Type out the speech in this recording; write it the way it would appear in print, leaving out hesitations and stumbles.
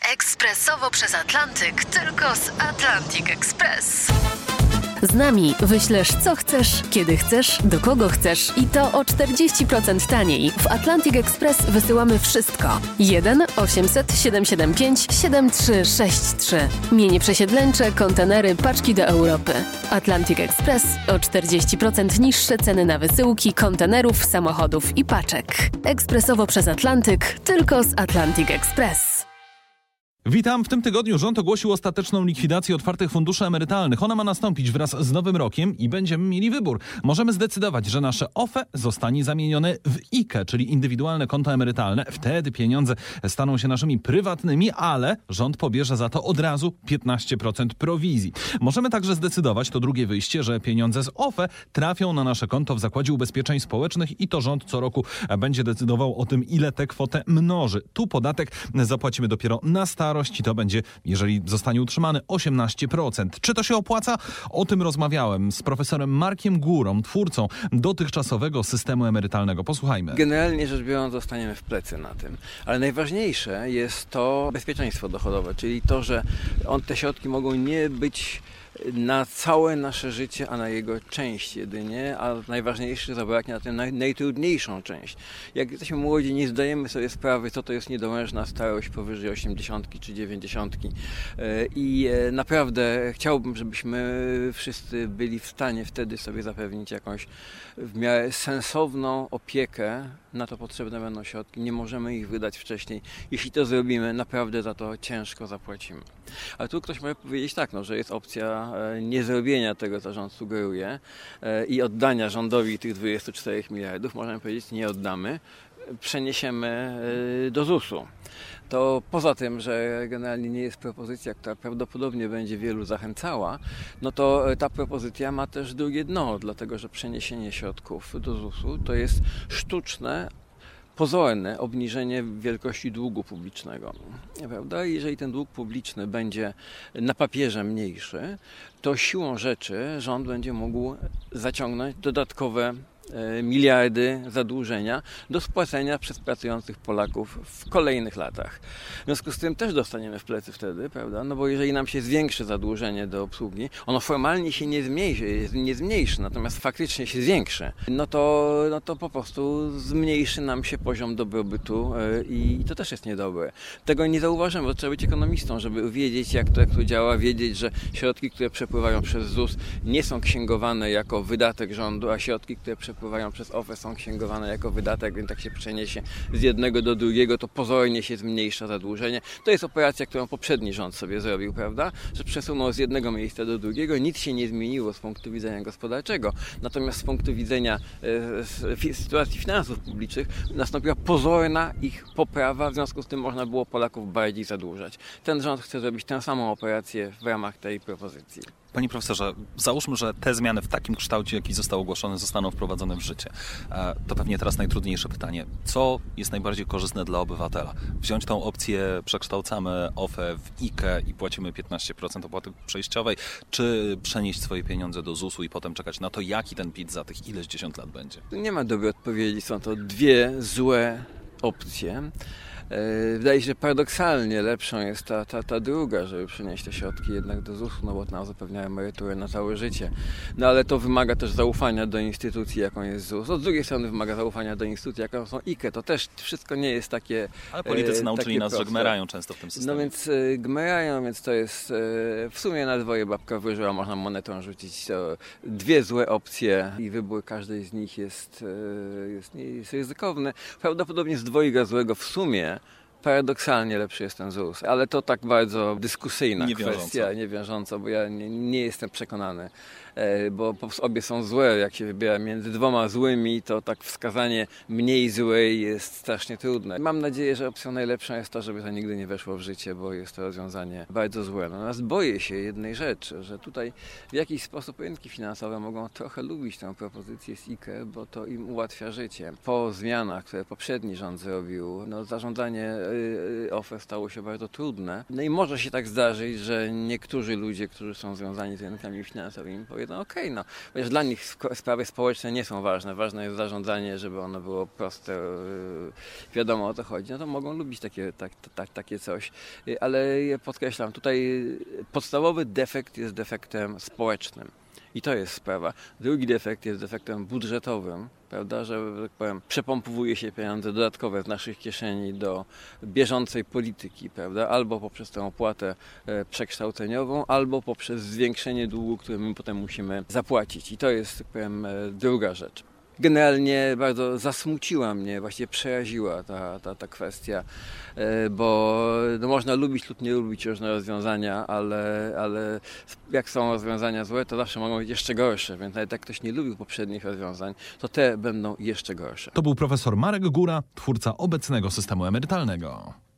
Ekspresowo przez Atlantyk, tylko z Atlantic Express. Z nami wyślesz co chcesz, kiedy chcesz, do kogo chcesz i to o 40% taniej. W Atlantic Express wysyłamy wszystko. 1 800 775 7363. Mienie przesiedleńcze, kontenery, paczki do Europy. Atlantic Express o 40% niższe ceny na wysyłki, kontenerów, samochodów i paczek. Ekspresowo przez Atlantyk, tylko z Atlantic Express. Witam. W tym tygodniu rząd ogłosił ostateczną likwidację otwartych funduszy emerytalnych. Ona ma nastąpić wraz z nowym rokiem i będziemy mieli wybór. Możemy zdecydować, że nasze OFE zostanie zamienione w IKE, czyli indywidualne konto emerytalne. Wtedy pieniądze staną się naszymi prywatnymi, ale rząd pobierze za to od razu 15% prowizji. Możemy także zdecydować, to drugie wyjście, że pieniądze z OFE trafią na nasze konto w Zakładzie Ubezpieczeń Społecznych i to rząd co roku będzie decydował o tym, ile tę kwotę mnoży. Tu podatek zapłacimy dopiero na starość i to będzie, jeżeli zostanie utrzymany, 18%. Czy to się opłaca? O tym rozmawiałem z profesorem Markiem Górą, twórcą dotychczasowego systemu emerytalnego. Posłuchajmy. Generalnie rzecz biorąc, zostaniemy w plecy na tym. Ale najważniejsze jest to bezpieczeństwo dochodowe, czyli to, że te środki mogą nie być na całe nasze życie, a na jego część jedynie, a najważniejsze zabraknie na tę najtrudniejszą część. Jak jesteśmy młodzi, nie zdajemy sobie sprawy, co to jest niedołężna starość powyżej 80 czy 90. I naprawdę chciałbym, żebyśmy wszyscy byli w stanie wtedy sobie zapewnić jakąś w miarę sensowną opiekę. Na to potrzebne będą środki. Nie możemy ich wydać wcześniej. Jeśli to zrobimy, naprawdę za to ciężko zapłacimy. Ale tu ktoś może powiedzieć tak, że jest opcja niezrobienia tego, co rząd sugeruje i oddania rządowi tych 24 miliardów. Możemy powiedzieć, nie oddamy, przeniesiemy do ZUS-u. To poza tym, że generalnie nie jest propozycja, która prawdopodobnie będzie wielu zachęcała, to ta propozycja ma też drugie dno, dlatego że przeniesienie środków do ZUS-u to jest sztuczne, pozorne obniżenie wielkości długu publicznego. Prawda? Jeżeli ten dług publiczny będzie na papierze mniejszy, to siłą rzeczy rząd będzie mógł zaciągnąć dodatkowe miliardy zadłużenia do spłacenia przez pracujących Polaków w kolejnych latach. W związku z tym też dostaniemy w plecy wtedy, prawda? Bo jeżeli nam się zwiększy zadłużenie do obsługi, ono formalnie się nie zmniejszy, natomiast faktycznie się zwiększy, to po prostu zmniejszy nam się poziom dobrobytu i to też jest niedobre. Tego nie zauważymy, bo trzeba być ekonomistą, żeby wiedzieć, jak to działa, wiedzieć, że środki, które przepływają przez ZUS, nie są księgowane jako wydatek rządu, a środki, które przepływają przez OFE są księgowane jako wydatek, więc tak się przeniesie z jednego do drugiego, to pozornie się zmniejsza zadłużenie. To jest operacja, którą poprzedni rząd sobie zrobił, prawda? Że przesunął z jednego miejsca do drugiego, nic się nie zmieniło z punktu widzenia gospodarczego, natomiast z punktu widzenia sytuacji finansów publicznych nastąpiła pozorna ich poprawa, w związku z tym można było Polaków bardziej zadłużać. Ten rząd chce zrobić tę samą operację w ramach tej propozycji. Panie profesorze, załóżmy, że te zmiany w takim kształcie, jaki został ogłoszony, zostaną wprowadzone w życie. To pewnie teraz najtrudniejsze pytanie. Co jest najbardziej korzystne dla obywatela? Wziąć tą opcję, przekształcamy OFE w IKE i płacimy 15% opłaty przejściowej, czy przenieść swoje pieniądze do ZUS-u i potem czekać na to, jaki ten PIT za tych ileś 10 lat będzie? Nie ma dobrej odpowiedzi, są to dwie złe opcje. Wydaje się, że paradoksalnie lepszą jest ta druga, żeby przenieść te środki jednak do ZUS-u, bo nam zapewnia emeryturę na całe życie. Ale to wymaga też zaufania do instytucji, jaką jest ZUS. Z drugiej strony wymaga zaufania do instytucji, jaką są IKE. To też wszystko nie jest takie Ale politycy nauczyli nas, proste. że gmerają często w tym systemie. Więc gmerają, więc to jest w sumie na dwoje babka wróżyła, można monetą rzucić. To dwie złe opcje i wybór każdej z nich jest ryzykowny. Prawdopodobnie z dwojga złego w sumie paradoksalnie lepszy jest ten ZUS, ale to tak bardzo dyskusyjna kwestia, niewiążąca, bo ja nie jestem przekonany, bo obie są złe. Jak się wybiera między dwoma złymi, to tak wskazanie mniej złej jest strasznie trudne. Mam nadzieję, że opcją najlepszą jest to, żeby to nigdy nie weszło w życie, bo jest to rozwiązanie bardzo złe. Natomiast boję się jednej rzeczy, że tutaj w jakiś sposób rynki finansowe mogą trochę lubić tę propozycję z IKE, bo to im ułatwia życie. Po zmianach, które poprzedni rząd zrobił, zarządzanie OFE stało się bardzo trudne. No i może się tak zdarzyć, że niektórzy ludzie, którzy są związani z rynkami finansowymi, powiedzą okej, no, ponieważ dla nich sprawy społeczne nie są ważne. Ważne jest zarządzanie, żeby ono było proste, wiadomo o to chodzi. No to mogą lubić takie coś. Ale ja podkreślam, tutaj podstawowy defekt jest defektem społecznym. I to jest sprawa. Drugi defekt jest defektem budżetowym, prawda, że tak powiem, przepompowuje się pieniądze dodatkowe z naszych kieszeni do bieżącej polityki, prawda, albo poprzez tę opłatę przekształceniową, albo poprzez zwiększenie długu, który my potem musimy zapłacić. I to jest, tak powiem, druga rzecz. Generalnie bardzo zasmuciła mnie, właściwie przeraziła ta kwestia, bo no, można lubić lub nie lubić różne rozwiązania, ale jak są rozwiązania złe, to zawsze mogą być jeszcze gorsze, więc nawet jak ktoś nie lubił poprzednich rozwiązań, to te będą jeszcze gorsze. To był profesor Marek Góra, twórca obecnego systemu emerytalnego.